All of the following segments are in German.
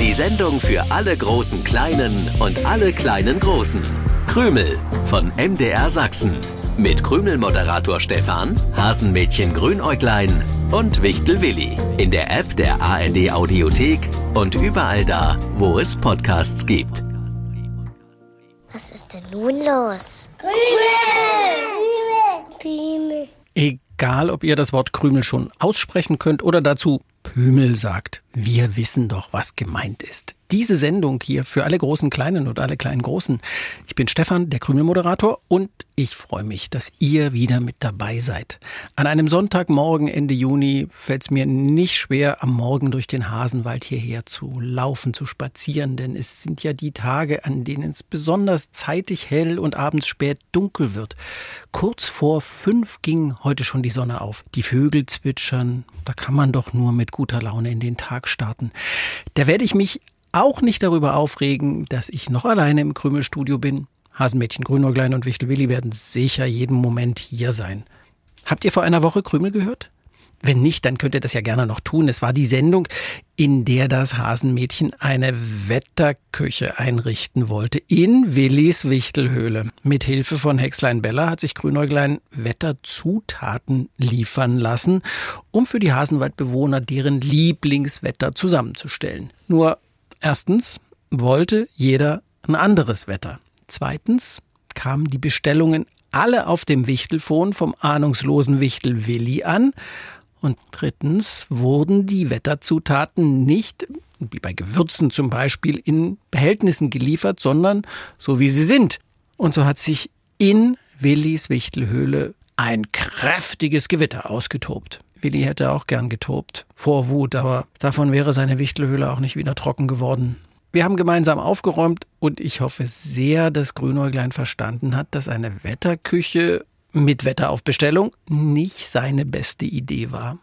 Die Sendung für alle großen Kleinen und alle kleinen Großen. Krümel von MDR Sachsen. Mit Krümel-Moderator Stefan, Hasenmädchen Grünäuglein und Wichtel Willi. In der App der ARD Audiothek und überall da, wo es Podcasts gibt. Was ist denn nun los? Krümel! Krümel! Egal, ob ihr das Wort Krümel schon aussprechen könnt oder dazu Pümel sagt. Wir wissen doch, was gemeint ist. Diese Sendung hier für alle großen Kleinen und alle kleinen Großen. Ich bin Stefan, der Krümel-Moderator, und ich freue mich, dass ihr wieder mit dabei seid. An einem Sonntagmorgen Ende Juni fällt es mir nicht schwer, am Morgen durch den Hasenwald hierher zu laufen, zu spazieren, denn es sind ja die Tage, an denen es besonders zeitig hell und abends spät dunkel wird. Kurz vor 5 ging heute schon die Sonne auf. Die Vögel zwitschern, da kann man doch nur mit guter Laune in den Tag starten. Da werde ich mich auch nicht darüber aufregen, dass ich noch alleine im Krümelstudio bin. Hasenmädchen Grünäuglein und Wichtel Willi werden sicher jeden Moment hier sein. Habt ihr vor einer Woche Krümel gehört? Wenn nicht, dann könnt ihr das ja gerne noch tun. Es war die Sendung, in der das Hasenmädchen eine Wetterküche einrichten wollte in Willis Wichtelhöhle. Mit Hilfe von Hexlein Bella hat sich Grünäuglein Wetterzutaten liefern lassen, um für die Hasenwaldbewohner deren Lieblingswetter zusammenzustellen. Nur erstens wollte jeder ein anderes Wetter. Zweitens kamen die Bestellungen alle auf dem Wichtelfon vom ahnungslosen Wichtel Willi an. Und drittens wurden die Wetterzutaten nicht, wie bei Gewürzen zum Beispiel, in Behältnissen geliefert, sondern so wie sie sind. Und so hat sich in Willis Wichtelhöhle ein kräftiges Gewitter ausgetobt. Willi hätte auch gern getobt, vor Wut, aber davon wäre seine Wichtelhöhle auch nicht wieder trocken geworden. Wir haben gemeinsam aufgeräumt und ich hoffe sehr, dass Grünäuglein verstanden hat, dass eine Wetterküche mit Wetter auf Bestellung nicht seine beste Idee war.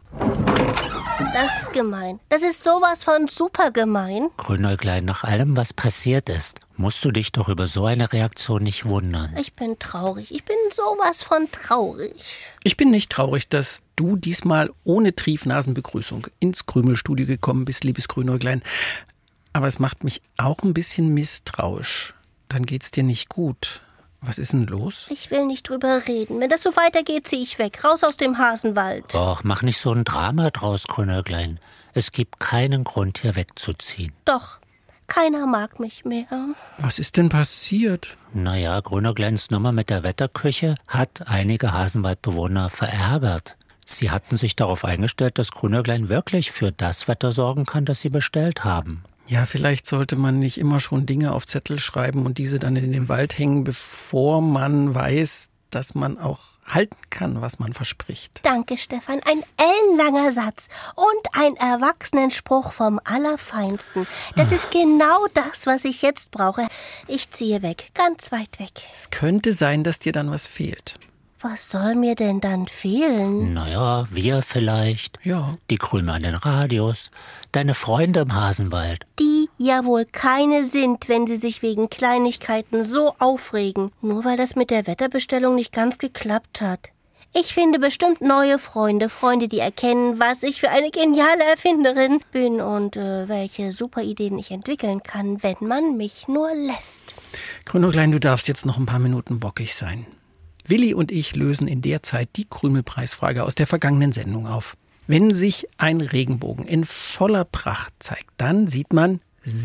Das ist gemein. Das ist sowas von super gemein. Grünäuglein, nach allem, was passiert ist, musst du dich doch über so eine Reaktion nicht wundern. Ich bin traurig. Ich bin sowas von traurig. Ich bin nicht traurig, dass du diesmal ohne Triefnasenbegrüßung ins Krümelstudio gekommen bist, liebes Grünäuglein. Aber es macht mich auch ein bisschen misstrauisch. Dann geht's dir nicht gut. Was ist denn los? Ich will nicht drüber reden. Wenn das so weitergeht, ziehe ich weg. Raus aus dem Hasenwald. Doch, mach nicht so ein Drama draus, Grünäuglein. Es gibt keinen Grund, hier wegzuziehen. Doch, keiner mag mich mehr. Was ist denn passiert? Naja, Grünäugleins Nummer mit der Wetterküche hat einige Hasenwaldbewohner verärgert. Sie hatten sich darauf eingestellt, dass Grünäuglein wirklich für das Wetter sorgen kann, das sie bestellt haben. Ja, vielleicht sollte man nicht immer schon Dinge auf Zettel schreiben und diese dann in den Wald hängen, bevor man weiß, dass man auch halten kann, was man verspricht. Danke, Stefan. Ein ellenlanger Satz und ein Erwachsenenspruch vom Allerfeinsten. Das ist genau das, was ich jetzt brauche. Ich ziehe weg, ganz weit weg. Es könnte sein, dass dir dann was fehlt. Was soll mir denn dann fehlen? Naja, wir vielleicht. Ja. Die Krümel an den Radios. Deine Freunde im Hasenwald. Die ja wohl keine sind, wenn sie sich wegen Kleinigkeiten so aufregen. Nur weil das mit der Wetterbestellung nicht ganz geklappt hat. Ich finde bestimmt neue Freunde, die erkennen, was ich für eine geniale Erfinderin bin und welche super Ideen ich entwickeln kann, wenn man mich nur lässt. Grünäuglein, du darfst jetzt noch ein paar Minuten bockig sein. Willi und ich lösen in der Zeit die Krümelpreisfrage aus der vergangenen Sendung auf. Wenn sich ein Regenbogen in voller Pracht zeigt, dann sieht man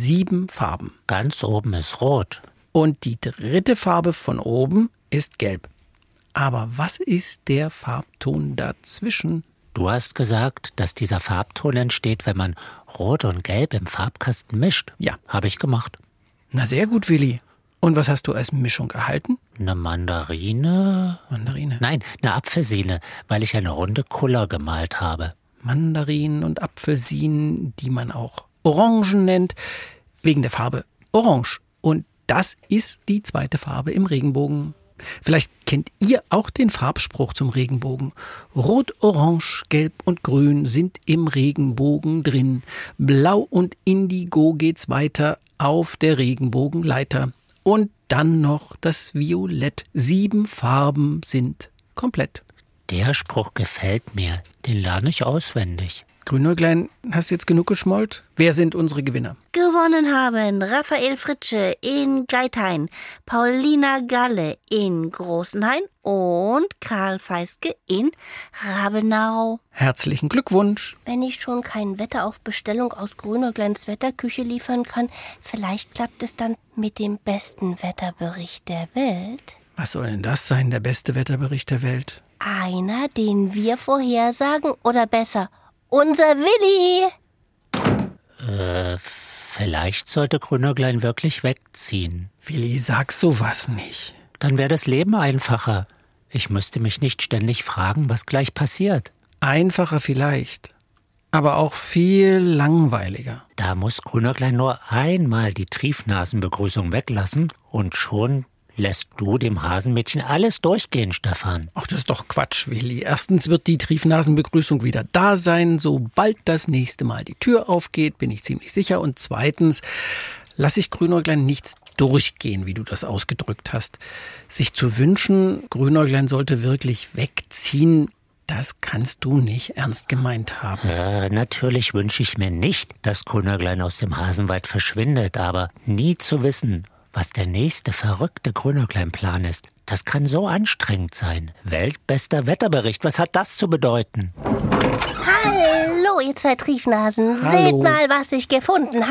7 Farben. Ganz oben ist rot. Und die dritte Farbe von oben ist gelb. Aber was ist der Farbton dazwischen? Du hast gesagt, dass dieser Farbton entsteht, wenn man Rot und Gelb im Farbkasten mischt. Ja. Habe ich gemacht. Na sehr gut, Willi. Und was hast du als Mischung erhalten? Eine Mandarine? Mandarine. Nein, eine Apfelsine, weil ich eine runde Kuller gemalt habe. Mandarinen und Apfelsinen, die man auch Orangen nennt, wegen der Farbe Orange. Und das ist die zweite Farbe im Regenbogen. Vielleicht kennt ihr auch den Farbspruch zum Regenbogen. Rot, Orange, Gelb und Grün sind im Regenbogen drin. Blau und Indigo geht's weiter auf der Regenbogenleiter. Und dann noch das Violett. 7 Farben sind komplett. Der Spruch gefällt mir. Den lerne ich auswendig. Grünäuglein, hast du jetzt genug geschmollt? Wer sind unsere Gewinner? Gewonnen haben Raphael Fritsche in Geithain, Paulina Galle in Großenhain und Karl Feiske in Rabenau. Herzlichen Glückwunsch. Wenn ich schon kein Wetter auf Bestellung aus Grünäugleins Wetterküche liefern kann, vielleicht klappt es dann mit dem besten Wetterbericht der Welt. Was soll denn das sein, der beste Wetterbericht der Welt? Einer, den wir vorhersagen, oder besser, unser Willi. Vielleicht sollte Grünäuglein wirklich wegziehen. Willi, sag sowas nicht. Dann wäre das Leben einfacher. Ich müsste mich nicht ständig fragen, was gleich passiert. Einfacher vielleicht, aber auch viel langweiliger. Da muss Grünäuglein nur einmal die Triefnasenbegrüßung weglassen und schon lässt du dem Hasenmädchen alles durchgehen, Stefan. Ach, das ist doch Quatsch, Willi. Erstens wird die Triefnasenbegrüßung wieder da sein, sobald das nächste Mal die Tür aufgeht, bin ich ziemlich sicher. Und zweitens lasse ich Grünäuglein nichts durchgehen, wie du das ausgedrückt hast. Sich zu wünschen, Grünäuglein sollte wirklich wegziehen, das kannst du nicht ernst gemeint haben. Natürlich wünsche ich mir nicht, dass Grünäuglein aus dem Hasenwald verschwindet, aber nie zu wissen, was der nächste verrückte Grünäuglein-Plan ist, das kann so anstrengend sein. Weltbester Wetterbericht, was hat das zu bedeuten? Hallo, ihr zwei Triefnasen. Hallo. Seht mal, was ich gefunden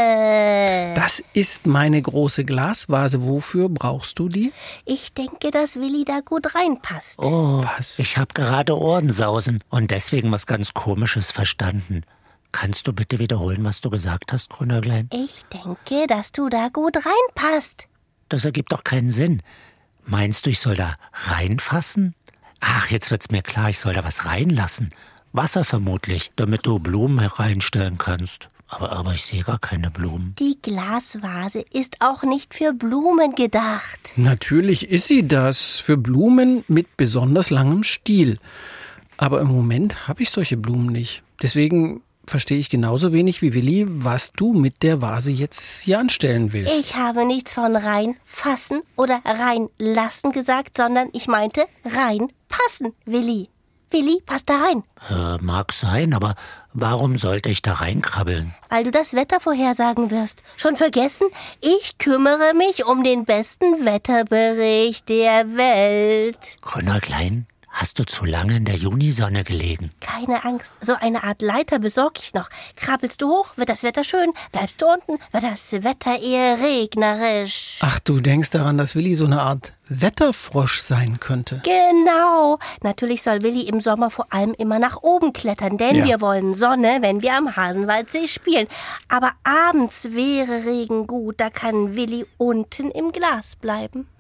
habe. Das ist meine große Glasvase. Wofür brauchst du die? Ich denke, dass Willi da gut reinpasst. Oh, Was? ich habe gerade Ohrensausen und deswegen was ganz Komisches verstanden. Kannst du bitte wiederholen, was du gesagt hast, Grünäuglein? Ich denke, dass du da gut reinpasst. Das ergibt doch keinen Sinn. Meinst du, ich soll da reinfassen? Ach, jetzt wird's mir klar, ich soll da was reinlassen. Wasser vermutlich, damit du Blumen hereinstellen kannst. Aber ich sehe gar keine Blumen. Die Glasvase ist auch nicht für Blumen gedacht. Natürlich ist sie das. Für Blumen mit besonders langem Stiel. Aber im Moment habe ich solche Blumen nicht. Deswegen verstehe ich genauso wenig wie Willi, was du mit der Vase jetzt hier anstellen willst. Ich habe nichts von reinfassen oder reinlassen gesagt, sondern ich meinte reinpassen, Willi. Willi, pass da rein. Mag sein, aber warum sollte ich da reinkrabbeln? Weil du das Wetter vorhersagen wirst. Schon vergessen? Ich kümmere mich um den besten Wetterbericht der Welt. Grünäuglein, hast du zu lange in der Junisonne gelegen? Keine Angst, so eine Art Leiter besorge ich noch. Krabbelst du hoch, wird das Wetter schön. Bleibst du unten, wird das Wetter eher regnerisch. Ach, du denkst daran, dass Willi so eine Art Wetterfrosch sein könnte. Genau. Natürlich soll Willi im Sommer vor allem immer nach oben klettern, denn Ja. wir wollen Sonne, wenn wir am Hasenwaldsee spielen. Aber abends wäre Regen gut, da kann Willi unten im Glas bleiben.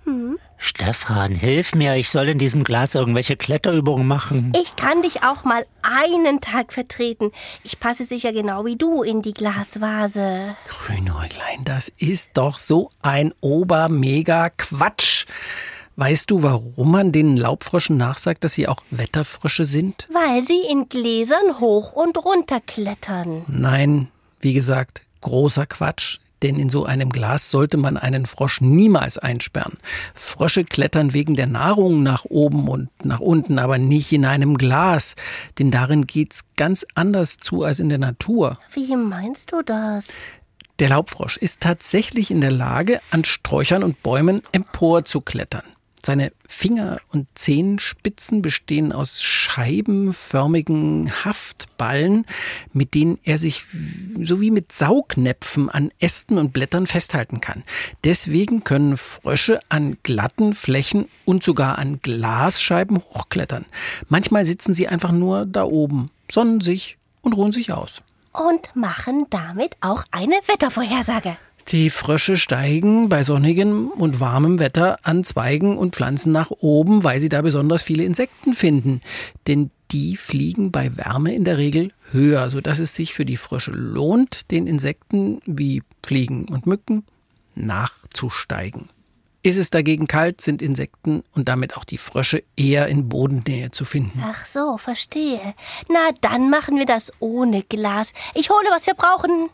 Stefan, hilf mir, ich soll in diesem Glas irgendwelche Kletterübungen machen. Ich kann dich auch mal einen Tag vertreten. Ich passe sicher genau wie du in die Glasvase. Grünäuglein, das ist doch so ein Ober-Mega-Quatsch. Weißt du, warum man den Laubfröschen nachsagt, dass sie auch Wetterfrösche sind? Weil sie in Gläsern hoch und runter klettern. Nein, wie gesagt, großer Quatsch. Denn in so einem Glas sollte man einen Frosch niemals einsperren. Frösche klettern wegen der Nahrung nach oben und nach unten, aber nicht in einem Glas. Denn darin geht's ganz anders zu als in der Natur. Wie meinst du das? Der Laubfrosch ist tatsächlich in der Lage, an Sträuchern und Bäumen emporzuklettern. Seine Finger- und Zehenspitzen bestehen aus scheibenförmigen Haftballen, mit denen er sich so wie mit Saugnäpfen an Ästen und Blättern festhalten kann. Deswegen können Frösche an glatten Flächen und sogar an Glasscheiben hochklettern. Manchmal sitzen sie einfach nur da oben, sonnen sich und ruhen sich aus. Und machen damit auch eine Wettervorhersage. Die Frösche steigen bei sonnigem und warmem Wetter an Zweigen und Pflanzen nach oben, weil sie da besonders viele Insekten finden. Denn die fliegen bei Wärme in der Regel höher, sodass es sich für die Frösche lohnt, den Insekten wie Fliegen und Mücken nachzusteigen. Ist es dagegen kalt, sind Insekten und damit auch die Frösche eher in Bodennähe zu finden. Ach so, verstehe. Na, dann machen wir das ohne Glas. Ich hole, was wir brauchen.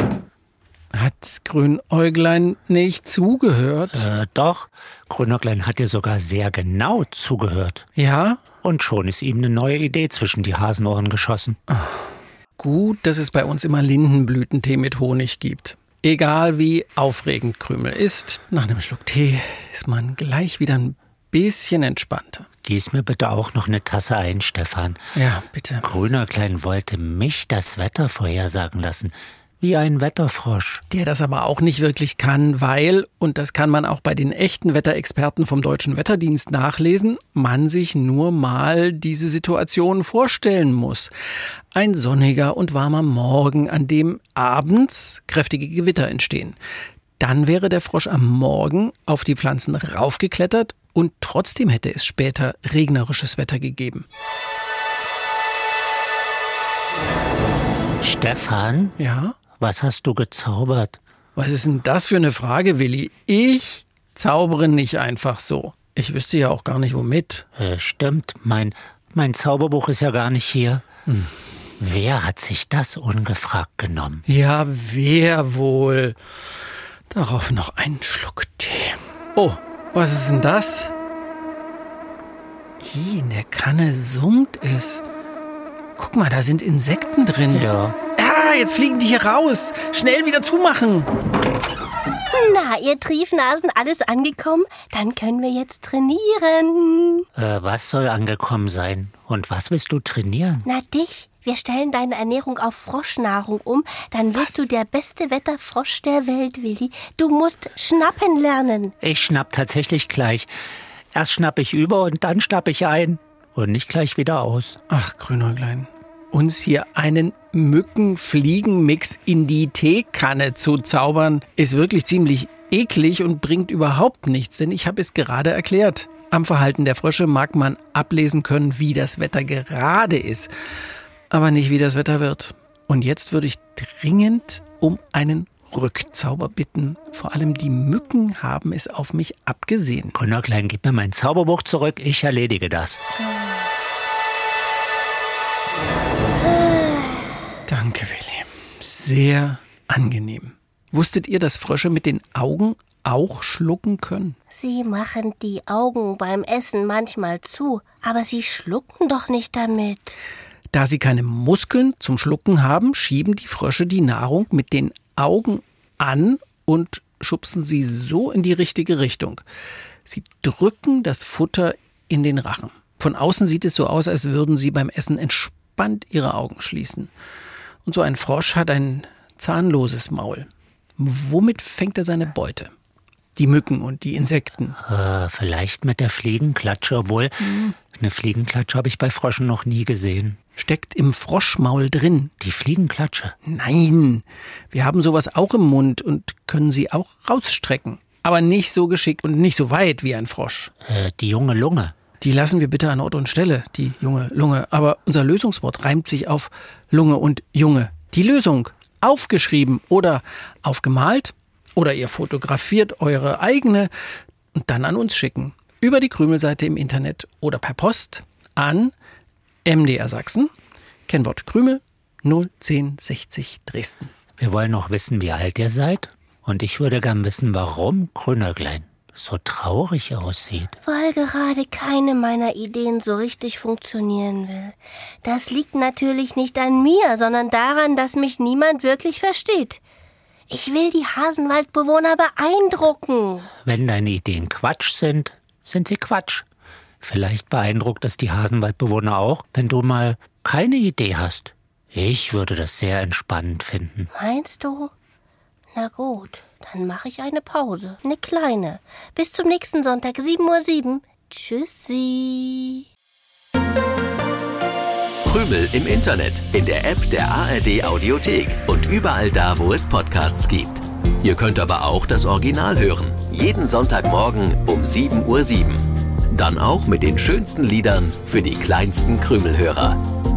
Hat Grünäuglein nicht zugehört? Doch, Grünäuglein hat dir sogar sehr genau zugehört. Ja? Und schon ist ihm eine neue Idee zwischen die Hasenohren geschossen. Gut, dass es bei uns immer Lindenblütentee mit Honig gibt. Egal wie aufregend Krümel ist, nach einem Schluck Tee ist man gleich wieder ein bisschen entspannter. Gieß mir bitte auch noch eine Tasse ein, Stefan. Ja, bitte. Grünerklein wollte mich das Wetter vorhersagen lassen. Wie ein Wetterfrosch. Der das aber auch nicht wirklich kann, weil, und das kann man auch bei den echten Wetterexperten vom Deutschen Wetterdienst nachlesen, man sich nur mal diese Situation vorstellen muss. Ein sonniger und warmer Morgen, an dem abends kräftige Gewitter entstehen. Dann wäre der Frosch am Morgen auf die Pflanzen raufgeklettert und trotzdem hätte es später regnerisches Wetter gegeben. Stefan? Ja? Was hast du gezaubert? Was ist denn das für eine Frage, Willi? Ich zaubere nicht einfach so. Ich wüsste ja auch gar nicht, womit. Stimmt, mein Zauberbuch ist ja gar nicht hier. Wer hat sich das ungefragt genommen? Ja, wer wohl? Darauf noch einen Schluck Tee. Oh, was ist denn das? In der Kanne summt es. Guck mal, da sind Insekten drin. Ja. Ah, jetzt fliegen die hier raus. Schnell wieder zumachen. Na, ihr Triefnasen, alles angekommen? Dann können wir jetzt trainieren. Was soll angekommen sein? Und was willst du trainieren? Na, dich. Wir stellen deine Ernährung auf Froschnahrung um. Dann wirst du der beste Wetterfrosch der Welt, Willi. Du musst schnappen lernen. Ich schnapp tatsächlich gleich. Erst schnapp ich über und dann schnapp ich ein. Und nicht gleich wieder aus. Ach, Grünäuglein. Uns hier einen Mücken-Fliegen-Mix in die Teekanne zu zaubern, ist wirklich ziemlich eklig und bringt überhaupt nichts, denn ich habe es gerade erklärt. Am Verhalten der Frösche mag man ablesen können, wie das Wetter gerade ist, aber nicht, wie das Wetter wird. Und jetzt würde ich dringend um einen Rückzauber bitten. Vor allem die Mücken haben es auf mich abgesehen. Grünäuglein, gib mir mein Zauberbuch zurück, ich erledige das. Danke, Willi. Sehr angenehm. Wusstet ihr, dass Frösche mit den Augen auch schlucken können? Sie machen die Augen beim Essen manchmal zu, aber sie schlucken doch nicht damit. Da sie keine Muskeln zum Schlucken haben, schieben die Frösche die Nahrung mit den Augen an und schubsen sie so in die richtige Richtung. Sie drücken das Futter in den Rachen. Von außen sieht es so aus, als würden sie beim Essen entspannt ihre Augen schließen. Und so ein Frosch hat ein zahnloses Maul. Womit fängt er seine Beute? Die Mücken und die Insekten. Vielleicht mit der Fliegenklatsche, obwohl eine Fliegenklatsche habe ich bei Fröschen noch nie gesehen. Steckt im Froschmaul drin. Die Fliegenklatsche? Nein, wir haben sowas auch im Mund und können sie auch rausstrecken. Aber nicht so geschickt und nicht so weit wie ein Frosch. Die junge Lunge. Die lassen wir bitte an Ort und Stelle, die junge Lunge. Aber unser Lösungswort reimt sich auf Lunge und Junge. Die Lösung aufgeschrieben oder aufgemalt oder ihr fotografiert eure eigene und dann an uns schicken. Über die Krümel-Seite im Internet oder per Post an MDR Sachsen, Kennwort Krümel, 01060 Dresden. Wir wollen noch wissen, wie alt ihr seid. Und ich würde gern wissen, warum Grünäuglein so traurig aussieht. Weil gerade keine meiner Ideen so richtig funktionieren will. Das liegt natürlich nicht an mir, sondern daran, dass mich niemand wirklich versteht. Ich will die Hasenwaldbewohner beeindrucken. Wenn deine Ideen Quatsch sind, sind sie Quatsch. Vielleicht beeindruckt es die Hasenwaldbewohner auch, wenn du mal keine Idee hast. Ich würde das sehr entspannend finden. Meinst du? Na gut, dann mache ich eine Pause. Eine kleine. Bis zum nächsten Sonntag, 7:07 Uhr. Tschüssi. Krümel im Internet, in der App der ARD Audiothek und überall da, wo es Podcasts gibt. Ihr könnt aber auch das Original hören. Jeden Sonntagmorgen um 7:07 Uhr. Dann auch mit den schönsten Liedern für die kleinsten Krümelhörer.